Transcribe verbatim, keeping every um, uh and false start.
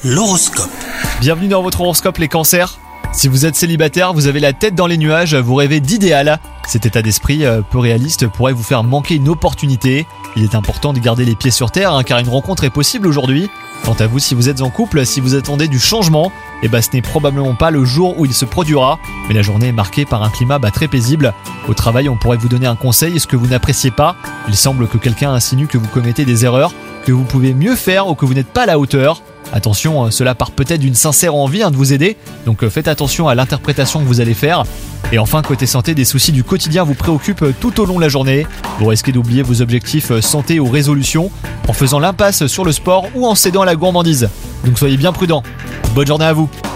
L'horoscope. Bienvenue dans votre horoscope les cancers. Si vous êtes célibataire, vous avez la tête dans les nuages, vous rêvez d'idéal. Cet état d'esprit euh, peu réaliste pourrait vous faire manquer une opportunité. Il est important de garder les pieds sur terre hein, car une rencontre est possible aujourd'hui. Quant à vous, si vous êtes en couple, si vous attendez du changement, eh ben, ce n'est probablement pas le jour où il se produira. Mais la journée est marquée par un climat bah, très paisible. Au travail, on pourrait vous donner un conseil, ce que vous n'appréciez pas. Il semble que quelqu'un insinue que vous commettez des erreurs, que vous pouvez mieux faire ou que vous n'êtes pas à la hauteur. Attention, cela part peut-être d'une sincère envie hein, de vous aider, donc faites attention à l'interprétation que vous allez faire. Et enfin, côté santé, des soucis du quotidien vous préoccupent tout au long de la journée. Vous risquez d'oublier vos objectifs santé ou résolutions en faisant l'impasse sur le sport ou en cédant à la gourmandise. Donc soyez bien prudents. Bonne journée à vous.